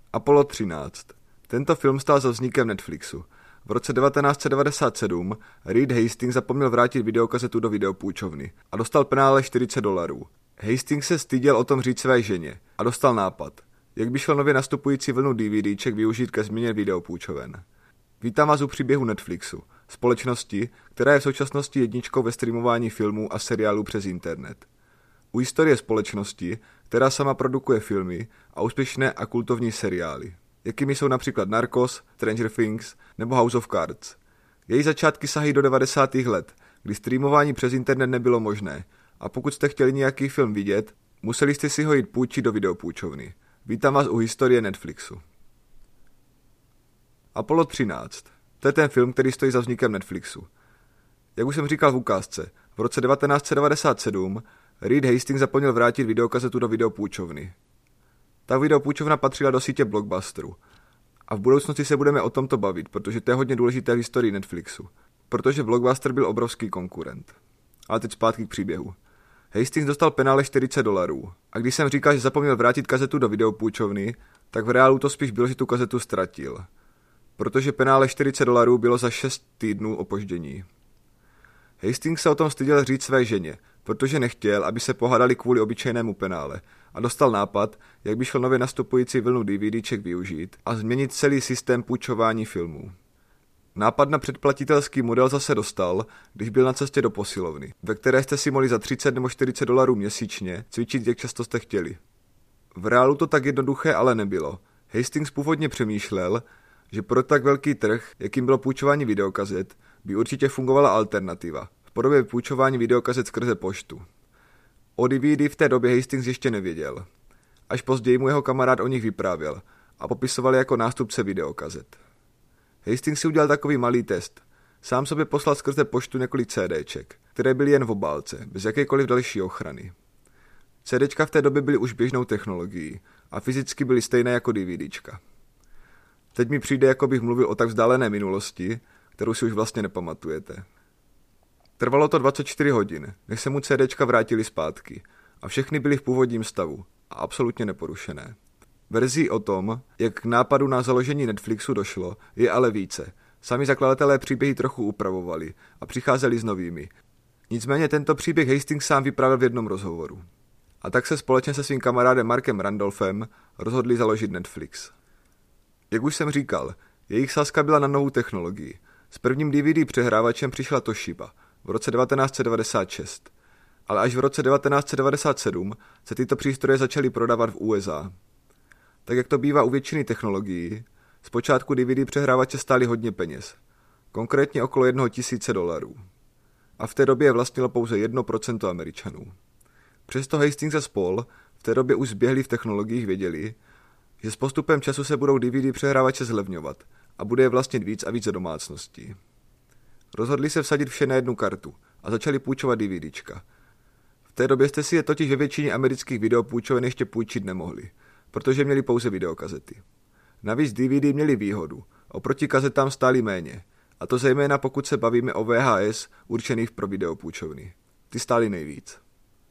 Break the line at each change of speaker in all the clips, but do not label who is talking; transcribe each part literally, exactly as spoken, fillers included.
Apollo třináct. Tento film stál za vznikem Netflixu. V roce devatenáct set devadesát sedm Reed Hastings zapomněl vrátit videokazetu do videopůjčovny a dostal penále čtyřicet dolarů. Hastings se styděl o tom říct své ženě a dostal nápad, jak by šel nově nastupující vlnu DVDček využít ke změně videopůjčoven. Vítám vás u příběhu Netflixu, společnosti, která je v současnosti jedničkou ve streamování filmů a seriálů přes internet. U historie společnosti, která sama produkuje filmy a úspěšné a kultovní seriály, jakými jsou například Narcos, Stranger Things nebo House of Cards. Její začátky sahají do devadesátých let, kdy streamování přes internet nebylo možné a pokud jste chtěli nějaký film vidět, museli jste si ho jít půjčit do videopůjčovny. Vítám vás u historie Netflixu. Apollo třináct. To je ten film, který stojí za vznikem Netflixu. Jak už jsem říkal v ukázce, v roce devatenáct set devadesát sedm Reed Hastings zapomněl vrátit videokazetu do videopůjčovny. Ta videopůjčovna patřila do sítě Blockbusteru. A v budoucnosti se budeme o tomto bavit, protože to je hodně důležité v historii Netflixu. Protože Blockbuster byl obrovský konkurent. Ale teď zpátky k příběhu. Hastings dostal penále čtyřicet dolarů. A když jsem říkal, že zapomněl vrátit kazetu do videopůjčovny, tak v reálu to spíš bylo, že tu kazetu ztratil. Protože penále čtyřicet dolarů bylo za šest týdnů opoždění. Hastings se o tom styděl říct své ženě, protože nechtěl, aby se pohádali kvůli obyčejnému penále a dostal nápad, jak by šel nově nastupující vlnu DVDček využít a změnit celý systém půjčování filmů. Nápad na předplatitelský model zase dostal, když byl na cestě do posilovny, ve které jste si mohli za třicet nebo čtyřicet dolarů měsíčně cvičit, jak často jste chtěli. V reálu to tak jednoduché ale nebylo. Hastings původně přemýšlel, že pro tak velký trh, jakým bylo půjčování videokazet, by určitě fungovala alternativa v podobě půjčování videokazet skrze poštu. O D V D v té době Hastings ještě nevěděl. Až později mu jeho kamarád o nich vyprávěl a popisoval jako nástupce videokazet. Hastings si udělal takový malý test. Sám sobě poslal skrze poštu několik CDček, které byly jen v obálce, bez jakékoliv další ochrany. CDčka v té době byly už běžnou technologií a fyzicky byly stejné jako DVDčka. Teď mi přijde, jako bych mluvil o tak vzdálené minulosti, kterou si už vlastně nepamatujete. Trvalo to dvacet čtyři hodin, než se mu CDčka vrátili zpátky a všechny byly v původním stavu a absolutně neporušené. Verzí o tom, jak k nápadu na založení Netflixu došlo, je ale více. Sami zakladatelé příběhy trochu upravovali a přicházeli s novými. Nicméně tento příběh Hastings sám vyprávěl v jednom rozhovoru. A tak se společně se svým kamarádem Markem Randolphem rozhodli založit Netflix. Jak už jsem říkal, jejich sázka byla na novou technologii. S prvním D V D přehrávačem přišla Toshiba v roce devatenáct set devadesát šest. Ale až v roce devatenáct set devadesát sedm se tyto přístroje začaly prodávat v U S A. Tak jak to bývá u většiny technologií, zpočátku D V D přehrávače stály hodně peněz. Konkrétně okolo jednoho tisíce dolarů. A v té době je vlastnilo pouze jedno procento Američanů. Přesto Hastings a spol. v té době už zběhli v technologiích věděli, že s postupem času se budou D V D přehrávače zlevňovat a bude je vlastnit víc a víc za domácností. Rozhodli se vsadit vše na jednu kartu a začali půjčovat DVDčka. V té době jste si je totiž ve většině amerických videopůjčoven ještě půjčit nemohli, protože měli pouze videokazety. Navíc D V D měli výhodu, oproti kazetám stály méně, a to zejména pokud se bavíme o V H S určených pro videopůjčovny. Ty stály nejvíc.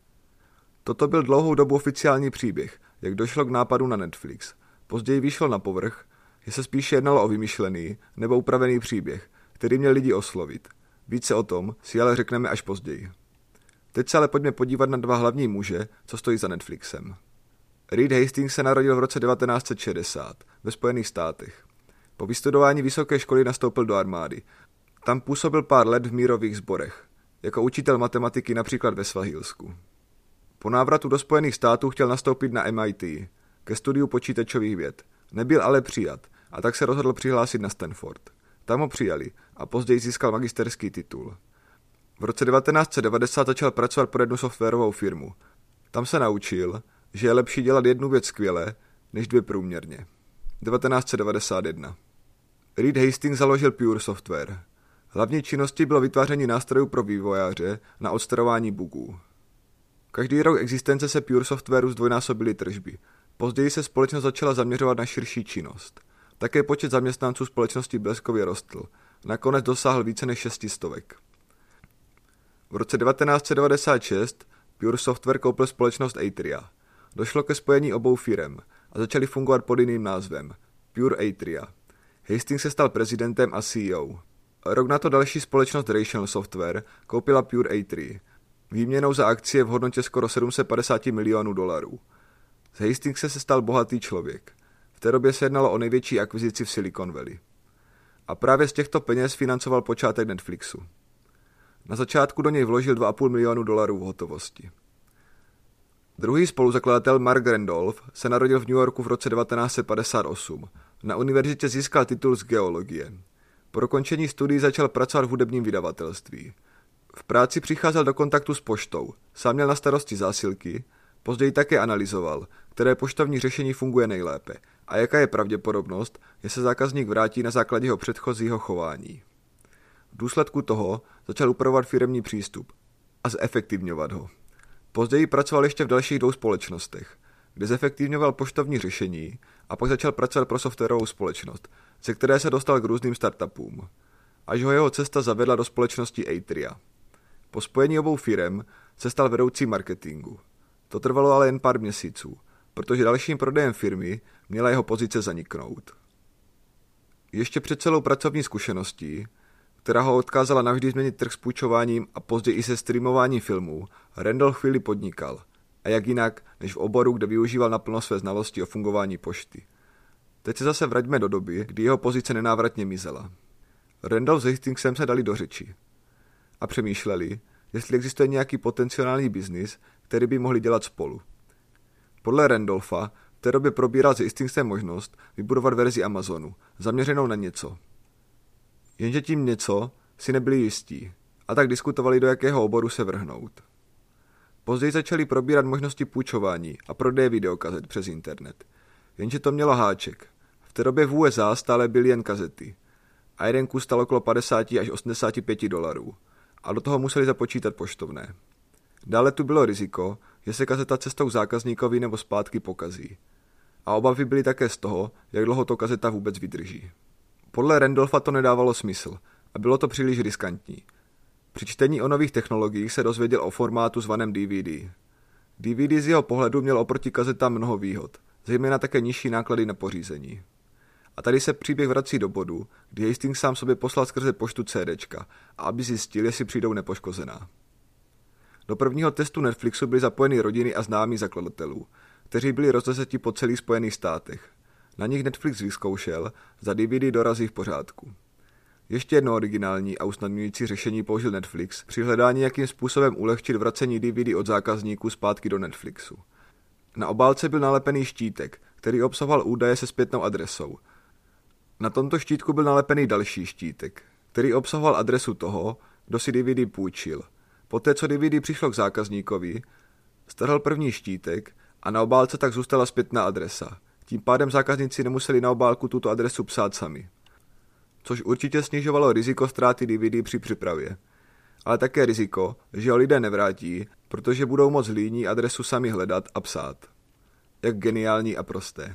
Toto byl dlouhou dobu oficiální příběh, jak došlo k nápadu na Netflix. Později vyšlo na povrch, že se spíše jednalo o vymyšlený nebo upravený příběh, který měl lidi oslovit. Více o tom si ale řekneme až později. Teď se ale pojďme podívat na dva hlavní muže, co stojí za Netflixem. Reed Hastings se narodil v roce devatenáct set šedesát ve Spojených státech. Po vystudování vysoké školy nastoupil do armády. Tam působil pár let v mírových sborech, jako učitel matematiky například ve Svahilsku. Po návratu do Spojených států chtěl nastoupit na M I T, ke studiu počítačových věd. Nebyl ale přijat a tak se rozhodl přihlásit na Stanford. Tam ho přijali a později získal magisterský titul. V roce devatenáct set devadesát začal pracovat pro jednu softwarovou firmu. Tam se naučil, že je lepší dělat jednu věc skvěle, než dvě průměrně. devatenáct set devadesát jedna. Reed Hastings založil Pure Software. Hlavní činností bylo vytváření nástrojů pro vývojáře na odstraňování bugů. Každý rok existence se Pure Softwareu zdvojnásobily tržby. Později se společnost začala zaměřovat na širší činnost. Také počet zaměstnanců společnosti bleskově rostl. Nakonec dosáhl více než šestistovek. V roce devatenáct set devadesát šest Pure Software koupil společnost Atria. Došlo ke spojení obou firem a začali fungovat pod jiným názvem Pure Atria. Hastings se stal prezidentem a C E O. Rok na to další společnost Rational Software koupila Pure Atria výměnou za akcie v hodnotě skoro sedm set padesát milionů dolarů. Z Hastingse se stal bohatý člověk. V té době se jednalo o největší akvizici v Silicon Valley. A právě z těchto peněz financoval počátek Netflixu. Na začátku do něj vložil dva a půl milionu dolarů v hotovosti. Druhý spoluzakladatel Mark Randolph se narodil v New Yorku v roce devatenáct set padesát osm. Na univerzitě získal titul z geologie. Po dokončení studií začal pracovat v hudebním vydavatelství. V práci přicházel do kontaktu s poštou, sám měl na starosti zásilky, později také analyzoval, které poštovní řešení funguje nejlépe a jaká je pravděpodobnost, že se zákazník vrátí na základě jeho předchozího chování. V důsledku toho začal upravovat firemní přístup a zefektivňovat ho. Později pracoval ještě v dalších dvou společnostech, kde zefektivňoval poštovní řešení a pak začal pracovat pro softwarovou společnost, ze které se dostal k různým startupům, až ho jeho cesta zavedla do společnosti Atria. Po spojení obou firem se stal vedoucím marketingu. To trvalo ale jen pár měsíců, protože dalším prodejem firmy měla jeho pozice zaniknout. Ještě před celou pracovní zkušeností, která ho odkázala navždy změnit trh s půjčováním a později i se streamováním filmů, Randolph chvíli podnikal. A jak jinak, než v oboru, kde využíval naplno své znalosti o fungování pošty. Teď se zase vraťme do doby, kdy jeho pozice nenávratně mizela. Randolph s Hastingsem se dali do řeči a přemýšleli, jestli existuje nějaký potenciální biznis, který by mohli dělat spolu. Podle Randolpha v té době probíral s Hastingsem možnost vybudovat verzi Amazonu, zaměřenou na něco. Jenže tím něco si nebyli jistí a tak diskutovali, do jakého oboru se vrhnout. Později začali probírat možnosti půjčování a prodeje videokazet přes internet. Jenže to mělo háček. V té době v U S A stále byly jen kazety. A jeden kus stal okolo padesát až osmdesát pět dolarů. A do toho museli započítat poštovné. Dále tu bylo riziko, že se kazeta cestou zákazníkovi nebo zpátky pokazí. A obavy byly také z toho, jak dlouho to kazeta vůbec vydrží. Podle Randolpha to nedávalo smysl a bylo to příliš riskantní. Při čtení o nových technologiích se dozvěděl o formátu zvaném D V D. D V D z jeho pohledu měl oproti kazetám mnoho výhod, zejména také nižší náklady na pořízení. A tady se příběh vrací do bodu, kdy Hastings sám sobě poslal skrze poštu CDčka, a aby zjistil, jestli přijdou nepoškozená. Do prvního testu Netflixu byly zapojeny rodiny a známí zakladatelů, kteří byli rozeseti po celých Spojených státech. Na nich Netflix vyzkoušel, zda D V D dorazí v pořádku. Ještě jedno originální a usnadňující řešení použil Netflix při hledání, jakým způsobem ulehčit vracení D V D od zákazníků zpátky do Netflixu. Na obálce byl nalepený štítek, který obsahoval údaje se zpětnou adresou. Na tomto štítku byl nalepený další štítek, který obsahoval adresu toho, kdo si D V D půjčil. Poté, co D V D přišlo k zákazníkovi, strhl první štítek a na obálce tak zůstala zpětná adresa. Tím pádem zákazníci nemuseli na obálku tuto adresu psát sami. Což určitě snižovalo riziko ztráty D V D při přepravě. Ale také riziko, že ho lidé nevrátí, protože budou moc líní adresu sami hledat a psát. Jak geniální a prosté.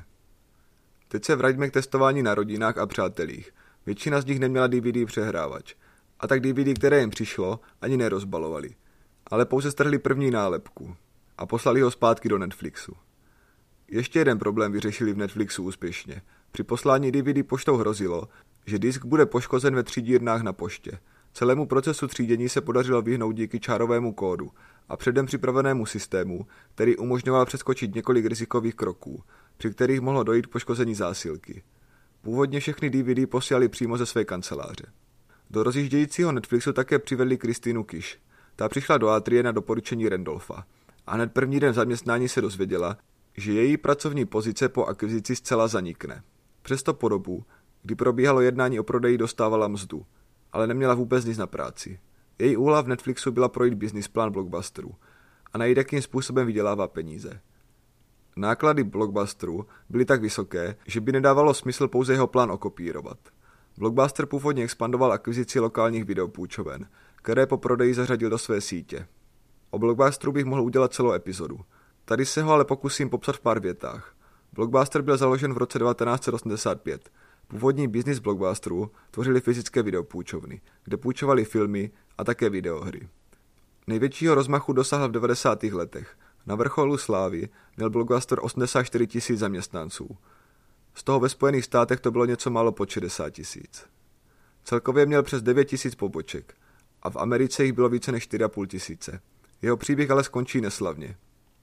Teď se vraťme k testování na rodinách a přátelích. Většina z nich neměla D V D přehrávač. A tak D V D, které jim přišlo, ani nerozbalovali. Ale pouze strhli první nálepku a poslali ho zpátky do Netflixu. Ještě jeden problém vyřešili v Netflixu úspěšně. Při poslání D V D poštou hrozilo, že disk bude poškozen ve třídírnách na poště. Celému procesu třídění se podařilo vyhnout díky čárovému kódu a předem připravenému systému, který umožňoval přeskočit několik rizikových kroků, při kterých mohlo dojít k poškození zásilky. Původně všechny D V D posílali přímo ze své kanceláře. Do rozjíždějícího Netflixu také přivedli Kristýnu Kish. Ta přišla do Atrie na doporučení Randolpha a hned první den v zaměstnání se dozvěděla, že její pracovní pozice po akvizici zcela zanikne. Přesto po dobu, kdy probíhalo jednání o prodeji, dostávala mzdu, ale neměla vůbec nic na práci. Její úloha v Netflixu byla projít business plán Blockbusteru a najít, jakým způsobem vydělává peníze. Náklady Blockbusteru byly tak vysoké, že by nedávalo smysl pouze jeho plán okopírovat. Blockbuster původně expandoval akvizici lokálních videopůjčoven, které po prodeji zařadil do své sítě. O Blockbusteru bych mohl udělat celou epizodu. Tady se ho ale pokusím popsat v pár větách. Blockbuster byl založen v roce devatenáct set osmdesát pět. Původní biznis Blockbusteru tvořili fyzické videopůjčovny, kde půjčovali filmy a také videohry. Největšího rozmachu dosáhl v devadesátých letech. Na vrcholu slávy měl Blockbuster osmdesát čtyři tisíc zaměstnanců. Z toho ve Spojených státech to bylo něco málo pod šedesát tisíc. Celkově měl přes devět tisíc poboček a v Americe jich bylo více než čtyři a půl tisíce. Jeho příběh ale skončí neslavně.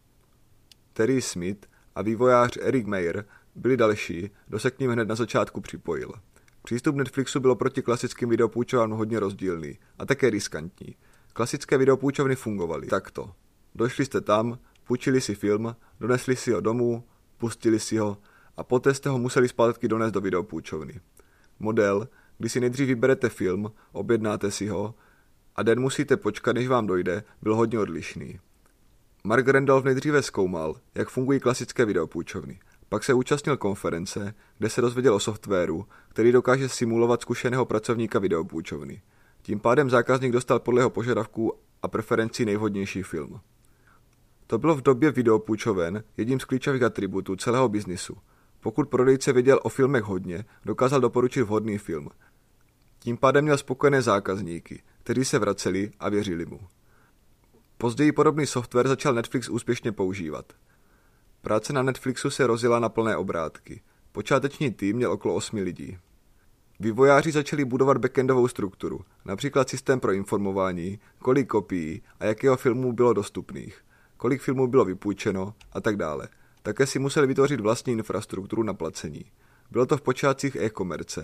Terry Smith a vývojář Eric Meyer byli další, kdo se k ním hned na začátku připojil. Přístup Netflixu byl proti klasickým videopůjčovnám hodně rozdílný a také riskantní. Klasické videopůjčovny fungovaly takto. Došli jste tam, půjčili si film, donesli si ho domů, pustili si ho a poté jste ho museli zpátky donést do videopůjčovny. Model, kdy si nejdřív vyberete film, objednáte si ho a den musíte počkat, než vám dojde, byl hodně odlišný. Mark Randolph nejdříve zkoumal, jak fungují klasické videopůjčovny. Pak se účastnil konference, kde se dozvěděl o softwaru, který dokáže simulovat zkušeného pracovníka videopůjčovny. Tím pádem zákazník dostal podle jeho požadavků a preferencí nejvhodnější film. To bylo v době videopůjčoven jedním z klíčových atributů celého biznisu. Pokud prodejce věděl o filmech hodně, dokázal doporučit vhodný film. Tím pádem měl spokojené zákazníky, kteří se vraceli a věřili mu. Později podobný software začal Netflix úspěšně používat. Práce na Netflixu se rozjela na plné obrátky. Počáteční tým měl okolo osmi lidí. Vývojáři začali budovat backendovou strukturu, například systém pro informování, kolik kopií a jakého filmů bylo dostupných, kolik filmů bylo vypůjčeno a tak dále. Také si museli vytvořit vlastní infrastrukturu na placení. Bylo to v počátcích e-komerce,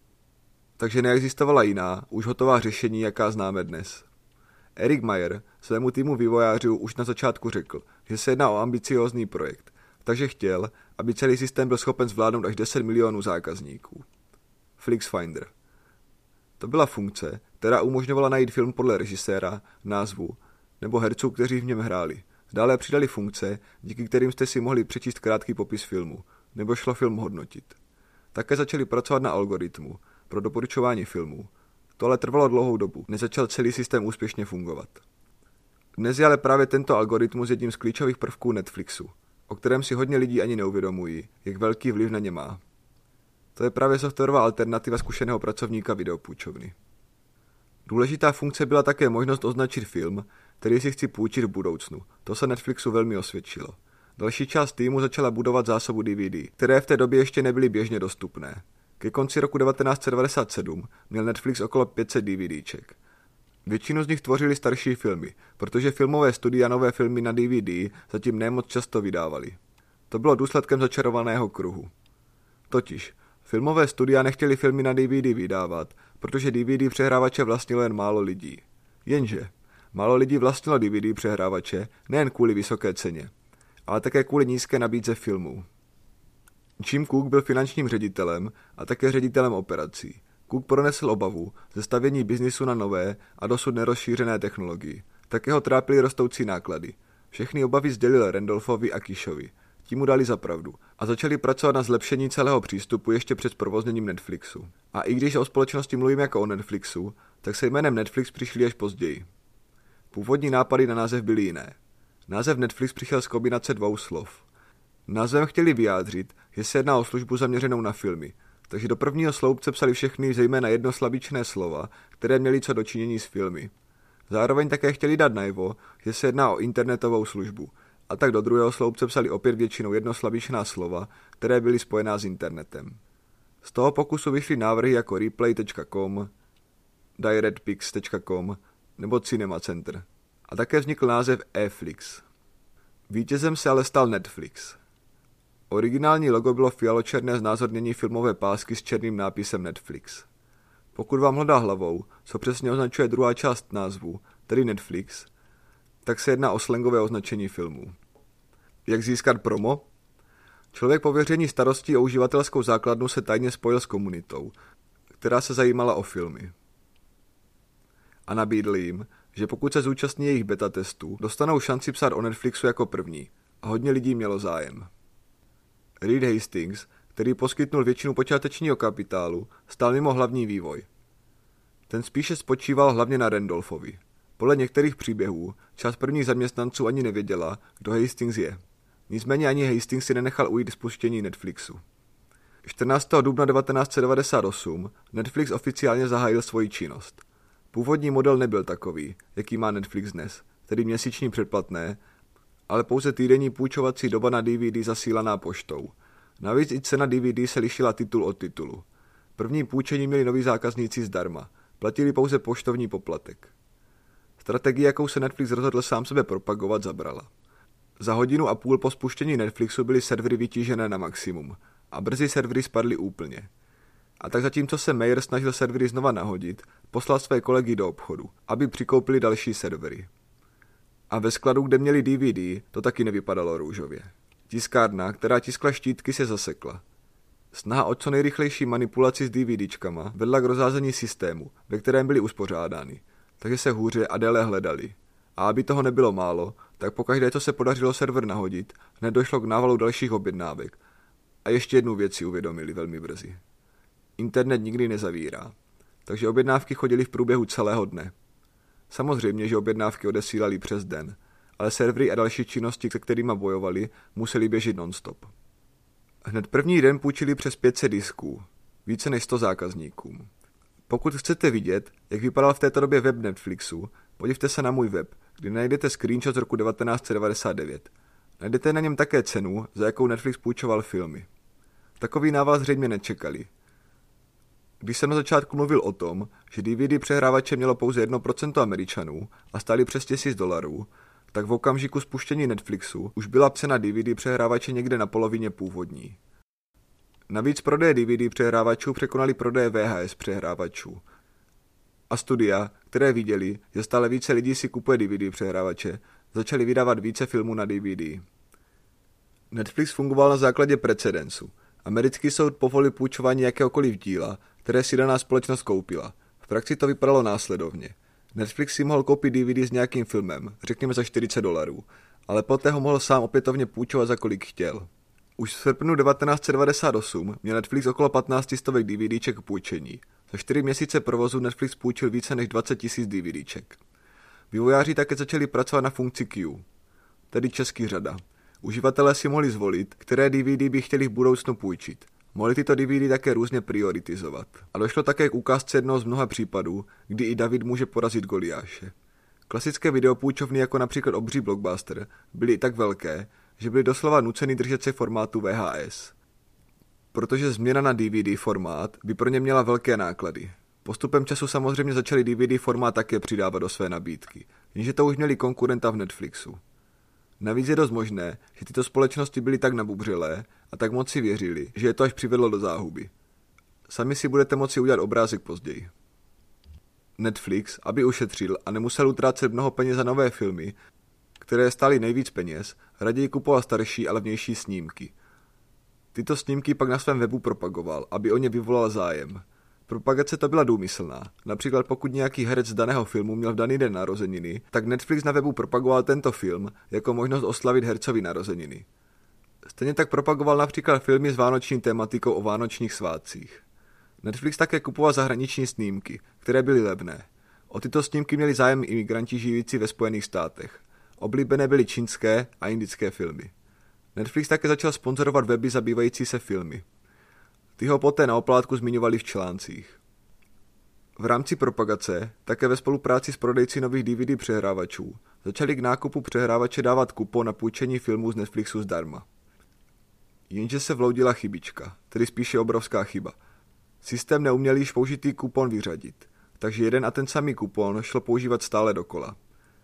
takže neexistovala jiná, už hotová řešení, jaká známe dnes. Eric Meyer svému týmu vývojářů už na začátku řekl, že se jedná o ambiciózní projekt, takže chtěl, aby celý systém byl schopen zvládnout až deset milionů zákazníků. FlixFinder. To byla funkce, která umožňovala najít film podle režiséra, názvu nebo herců, kteří v něm hráli. Dále přidali funkce, díky kterým jste si mohli přečíst krátký popis filmu, nebo šlo film hodnotit. Také začali pracovat na algoritmu pro doporučování filmů. To ale trvalo dlouhou dobu, než začal celý systém úspěšně fungovat. Dnes je ale právě tento algoritmus jedním z klíčových prvků Netflixu, o kterém si hodně lidí ani neuvědomují, jak velký vliv na ně má. To je právě softwarová alternativa zkušeného pracovníka videopůjčovny. Důležitá funkce byla také možnost označit film, který si chci půjčit v budoucnu. To se Netflixu velmi osvědčilo. Další část týmu začala budovat zásobu D V D, které v té době ještě nebyly běžně dostupné. Ke konci roku devatenáct set devadesát sedm měl Netflix okolo pět set DVDček. Většinu z nich tvořily starší filmy, protože filmové studia nové filmy na D V D zatím nemoc často vydávali. To bylo důsledkem začarovaného kruhu. Totiž, filmové studia nechtěli filmy na D V D vydávat, protože D V D přehrávače vlastnilo jen málo lidí. Jenže, málo lidí vlastnilo D V D přehrávače nejen kvůli vysoké ceně, ale také kvůli nízké nabídce filmů. Jim Cook byl finančním ředitelem a také ředitelem operací. Cook pronesl obavu ze stavění biznisu na nové a dosud nerozšířené technologii. Také ho trápily rostoucí náklady. Všechny obavy sdělil Randolphovi a Kishovi. Ti mu dali za pravdu a začali pracovat na zlepšení celého přístupu ještě před zprovozněním Netflixu. A i když o společnosti mluvím jako o Netflixu, tak se jménem Netflix přišli až později. Původní nápady na název byly jiné. Název Netflix přišel z kombinace dvou slov. Názvem chtěli vyjádřit, že se jedná o službu zaměřenou na filmy, takže do prvního sloupce psali všechny zejména jednoslabičné slova, které měly co dočinění s filmy. Zároveň také chtěli dát najevo, že se jedná o internetovou službu, a tak do druhého sloupce psali opět většinou jednoslabičná slova, které byly spojená s internetem. Z toho pokusu vyšly návrhy jako replay tečka com, directpix tečka com nebo Cinema Center. A také vznikl název eFlix. Vítězem se ale stal Netflix. Originální logo bylo fialočerné znázornění filmové pásky s černým nápisem Netflix. Pokud vám hlodá hlavou, co přesně označuje druhá část názvu, tedy Netflix, tak se jedná o slangové označení filmů. Jak získat promo? Člověk pověření starostí o uživatelskou základnu se tajně spojil s komunitou, která se zajímala o filmy. A nabídl jim, že pokud se zúčastní jejich beta testů, dostanou šanci psát o Netflixu jako první a hodně lidí mělo zájem. Reed Hastings, který poskytnul většinu počátečního kapitálu, stál mimo hlavní vývoj. Ten spíše spočíval hlavně na Randolphovi. Podle některých příběhů část prvních zaměstnanců ani nevěděla, kdo Hastings je. Nicméně ani Hastings si nenechal ujít spuštění Netflixu. čtrnáctého dubna devatenáct set devadesát osm Netflix oficiálně zahájil svoji činnost. Původní model nebyl takový, jaký má Netflix dnes, tedy měsíční předplatné, ale pouze týdenní půjčovací doba na D V D zasílaná poštou. Navíc i cena D V D se lišila titul od titulu. První půjčení měli noví zákazníci zdarma, platili pouze poštovní poplatek. Strategie, jakou se Netflix rozhodl sám sebe propagovat, zabrala. Za hodinu a půl po spuštění Netflixu byly servery vytížené na maximum a brzy servery spadly úplně. A tak zatímco se Mayer snažil servery znova nahodit, poslal své kolegy do obchodu, aby přikoupili další servery. A ve skladu, kde měli D V D, to taky nevypadalo růžově. Tiskárna, která tiskla štítky, se zasekla. Snaha o co nejrychlejší manipulaci s DVDčkama vedla k rozházení systému, ve kterém byly uspořádány, takže se hůře a déle hledali. A aby toho nebylo málo, tak pokaždé, co se podařilo server nahodit, hned došlo k návalu dalších objednávek. A ještě jednu věc si uvědomili velmi brzy. Internet nikdy nezavírá, takže objednávky chodily v průběhu celého dne. Samozřejmě, že objednávky odesílali přes den, ale servery a další činnosti, se kterými bojovali, museli běžet non-stop. Hned první den půjčili přes pět set disků, více než sto zákazníkům. Pokud chcete vidět, jak vypadal v této době web Netflixu, podívejte se na můj web, kde najdete screenshot z roku devatenáct set devadesát devět. Najdete na něm také cenu, za jakou Netflix půjčoval filmy. Takový nával zřejmě nečekali. Když jsem na začátku mluvil o tom, že D V D přehrávače mělo pouze jedno procento Američanů a stály přes tisíc dolarů, tak v okamžiku spuštění Netflixu už byla cena D V D přehrávače někde na polovině původní. Navíc prodeje D V D přehrávačů překonaly prodeje V H S přehrávačů. A studia, které viděli, že stále více lidí si kupuje D V D přehrávače, začaly vydávat více filmů na D V D. Netflix fungoval na základě precedensu. Americký soud povolil půjčování jakéhokoliv díla, které si daná společnost koupila. V praxi to vypadalo následovně. Netflix si mohl koupit D V D s nějakým filmem, řekněme za čtyřicet dolarů, ale poté ho mohl sám opětovně půjčovat za kolik chtěl. Už v srpnu devatenáct set devadesát osm měl Netflix okolo patnáct stovek DVDček k půjčení. Za čtyři měsíce provozu Netflix půjčil více než dvacet tisíc DVDček. Vývojáři také začali pracovat na funkci Q, tedy český řada. Uživatelé si mohli zvolit, které D V D by chtěli v budoucnu půjčit. Mohli tyto D V D také různě prioritizovat. A došlo také k ukázce jednoho z mnoha případů, kdy i David může porazit Goliáše. Klasické videopůjčovny jako například obří Blockbuster byly i tak velké, že byly doslova nuceny držet se formátu V H S. Protože změna na D V D formát by pro ně měla velké náklady. Postupem času samozřejmě začali D V D formát také přidávat do své nabídky, jenže to už měli konkurenta v Netflixu. Navíc je dost možné, že tyto společnosti byly tak nabubřelé a tak moc si věřili, že je to až přivedlo do záhuby. Sami si budete moci udělat obrázek později. Netflix, aby ušetřil a nemusel utrácet mnoho peněz za nové filmy, které stály nejvíc peněz, raději kupoval starší a levnější snímky. Tyto snímky pak na svém webu propagoval, aby o ně vyvolal zájem. Propagace to byla důmyslná. Například pokud nějaký herec z daného filmu měl v daný den narozeniny, tak Netflix na webu propagoval tento film jako možnost oslavit hercovi narozeniny. Stejně tak propagoval například filmy s vánoční tematikou o vánočních svátcích. Netflix také kupoval zahraniční snímky, které byly levné. O tyto snímky měli zájem imigranti žijící ve Spojených státech. Oblíbené byly čínské a indické filmy. Netflix také začal sponzorovat weby zabývající se filmy. Ty ho poté na oplátku zmiňovali v článcích. V rámci propagace, také ve spolupráci s prodejci nových D V D přehrávačů, začali k nákupu přehrávače dávat kupon na půjčení filmů z Netflixu zdarma. Jenže se vloudila chybička, tedy spíše obrovská chyba. Systém neuměl již použitý kupon vyřadit, takže jeden a ten samý kupon šlo používat stále dokola.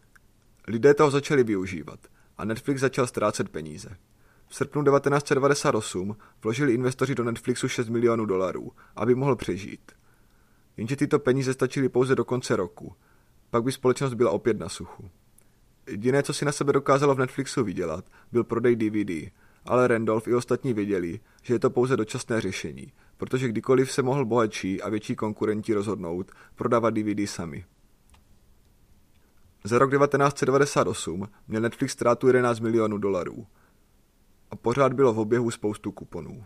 Lidé toho začali využívat a Netflix začal ztrácet peníze. V srpnu devatenáct set devadesát osm vložili investoři do Netflixu šest milionů dolarů, aby mohl přežít. Jenže tyto peníze stačily pouze do konce roku. Pak by společnost byla opět na suchu. Jediné, co si na sebe dokázalo v Netflixu vydělat, byl prodej D V D, ale Randolph i ostatní věděli, že je to pouze dočasné řešení, protože kdykoliv se mohl bohatší a větší konkurenti rozhodnout prodávat D V D sami. Za rok devatenáct set devadesát osm měl Netflix ztrátu jedenáct milionů dolarů. A pořád bylo v oběhu spoustu kuponů.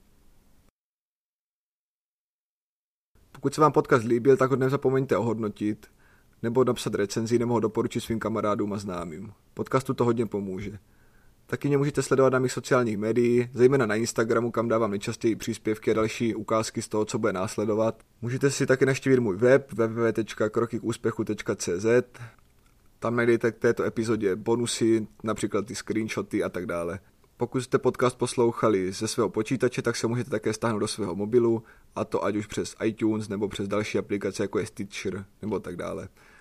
Pokud se vám podcast líbil, tak ho nezapomeňte ohodnotit, nebo napsat recenzi, nebo ho doporučit svým kamarádům a známým. Podcastu to hodně pomůže. Taky mě můžete sledovat na mých sociálních médiích, zejména na Instagramu, kam dávám nejčastěji příspěvky a další ukázky z toho, co bude následovat. Můžete si taky navštívit můj web w w w tečka kroky k úspěchu tečka c z Tam najdete k této epizodě bonusy, například ty screenshoty a tak dále. Pokud jste podcast poslouchali ze svého počítače, tak se můžete také stáhnout do svého mobilu, a to ať už přes iTunes nebo přes další aplikace, jako je Stitcher nebo tak dále.